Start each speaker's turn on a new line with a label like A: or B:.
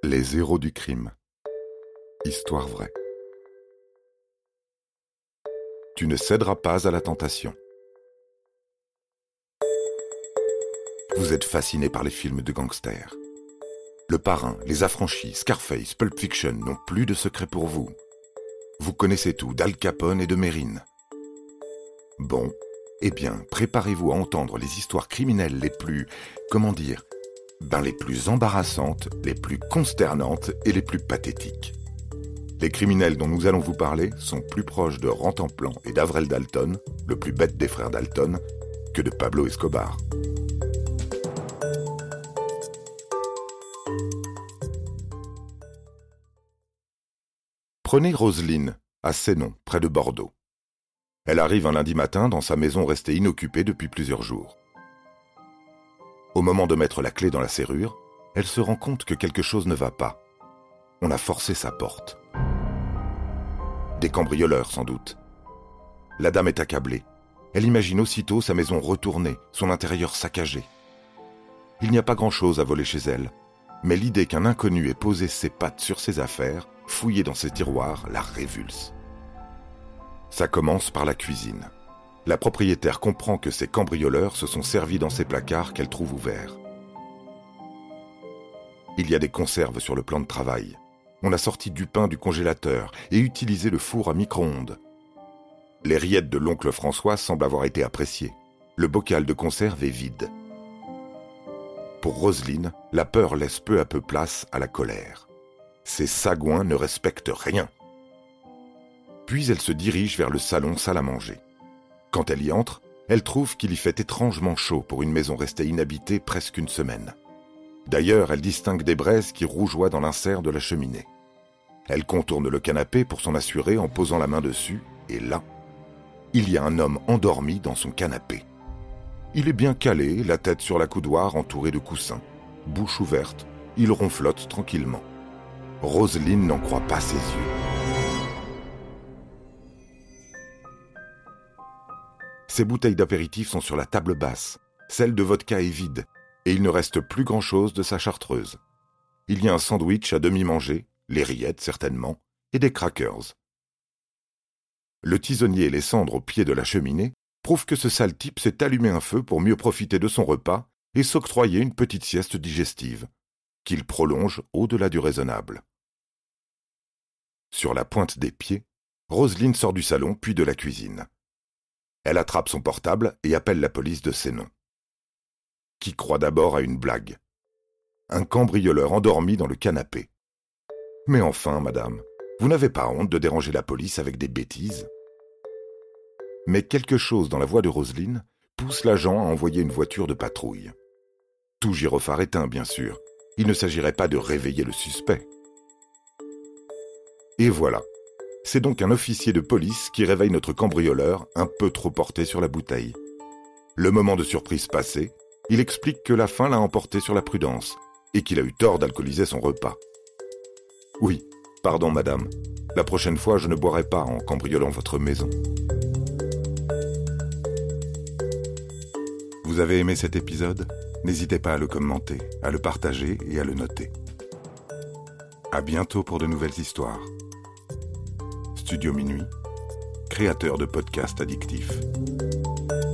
A: Les héros du crime. Histoire vraie. Tu ne céderas pas à la tentation. Vous êtes fasciné par les films de gangsters. Le Parrain, Les Affranchis, Scarface, Pulp Fiction n'ont plus de secret pour vous. Vous connaissez tout d'Al Capone et de Mérine. Bon, eh bien, préparez-vous à entendre les histoires criminelles les plus, les plus embarrassantes, les plus consternantes et les plus pathétiques. Les criminels dont nous allons vous parler sont plus proches de Rantanplan et d'Avrel Dalton, le plus bête des frères Dalton, que de Pablo Escobar. Prenez Roselyne, à Sénon, près de Bordeaux. Elle arrive un lundi matin dans sa maison restée inoccupée depuis plusieurs jours. Au moment de mettre la clé dans la serrure, elle se rend compte que quelque chose ne va pas. On a forcé sa porte. Des cambrioleurs, sans doute. La dame est accablée. Elle imagine aussitôt sa maison retournée, son intérieur saccagé. Il n'y a pas grand-chose à voler chez elle, mais l'idée qu'un inconnu ait posé ses pattes sur ses affaires, fouillé dans ses tiroirs, la révulse. Ça commence par la cuisine. La propriétaire comprend que ces cambrioleurs se sont servis dans ses placards qu'elle trouve ouverts. Il y a des conserves sur le plan de travail. On a sorti du pain du congélateur et utilisé le four à micro-ondes. Les rillettes de l'oncle François semblent avoir été appréciées. Le bocal de conserve est vide. Pour Roselyne, la peur laisse peu à peu place à la colère. Ces sagouins ne respectent rien. Puis elle se dirige vers le salon salle à manger. Quand elle y entre, elle trouve qu'il y fait étrangement chaud pour une maison restée inhabitée presque une semaine. D'ailleurs, elle distingue des braises qui rougeoient dans l'insert de la cheminée. Elle contourne le canapé pour s'en assurer en posant la main dessus, et là, il y a un homme endormi dans son canapé. Il est bien calé, la tête sur la coudoir entourée de coussins. Bouche ouverte, il ronflotte tranquillement. Roselyne n'en croit pas ses yeux. Ses bouteilles d'apéritif sont sur la table basse. Celle de vodka est vide, et il ne reste plus grand-chose de sa chartreuse. Il y a un sandwich à demi mangé, les rillettes certainement, et des crackers. Le tisonnier et les cendres au pied de la cheminée prouvent que ce sale type s'est allumé un feu pour mieux profiter de son repas et s'octroyer une petite sieste digestive, qu'il prolonge au-delà du raisonnable. Sur la pointe des pieds, Roselyne sort du salon puis de la cuisine. Elle attrape son portable et appelle la police de Sénon, qui croit d'abord à une blague. Un cambrioleur endormi dans le canapé. Mais enfin, madame, vous n'avez pas honte de déranger la police avec des bêtises? Mais quelque chose dans la voix de Roselyne pousse l'agent à envoyer une voiture de patrouille. Tout gyrophare éteint, bien sûr. Il ne s'agirait pas de réveiller le suspect. Et voilà. C'est donc un officier de police qui réveille notre cambrioleur un peu trop porté sur la bouteille. Le moment de surprise passé, il explique que la faim l'a emporté sur la prudence et qu'il a eu tort d'alcooliser son repas. Oui, pardon madame, la prochaine fois je ne boirai pas en cambriolant votre maison. Vous avez aimé cet épisode? N'hésitez pas à le commenter, à le partager et à le noter. À bientôt pour de nouvelles histoires. Studio Minuit, créateur de podcasts addictifs.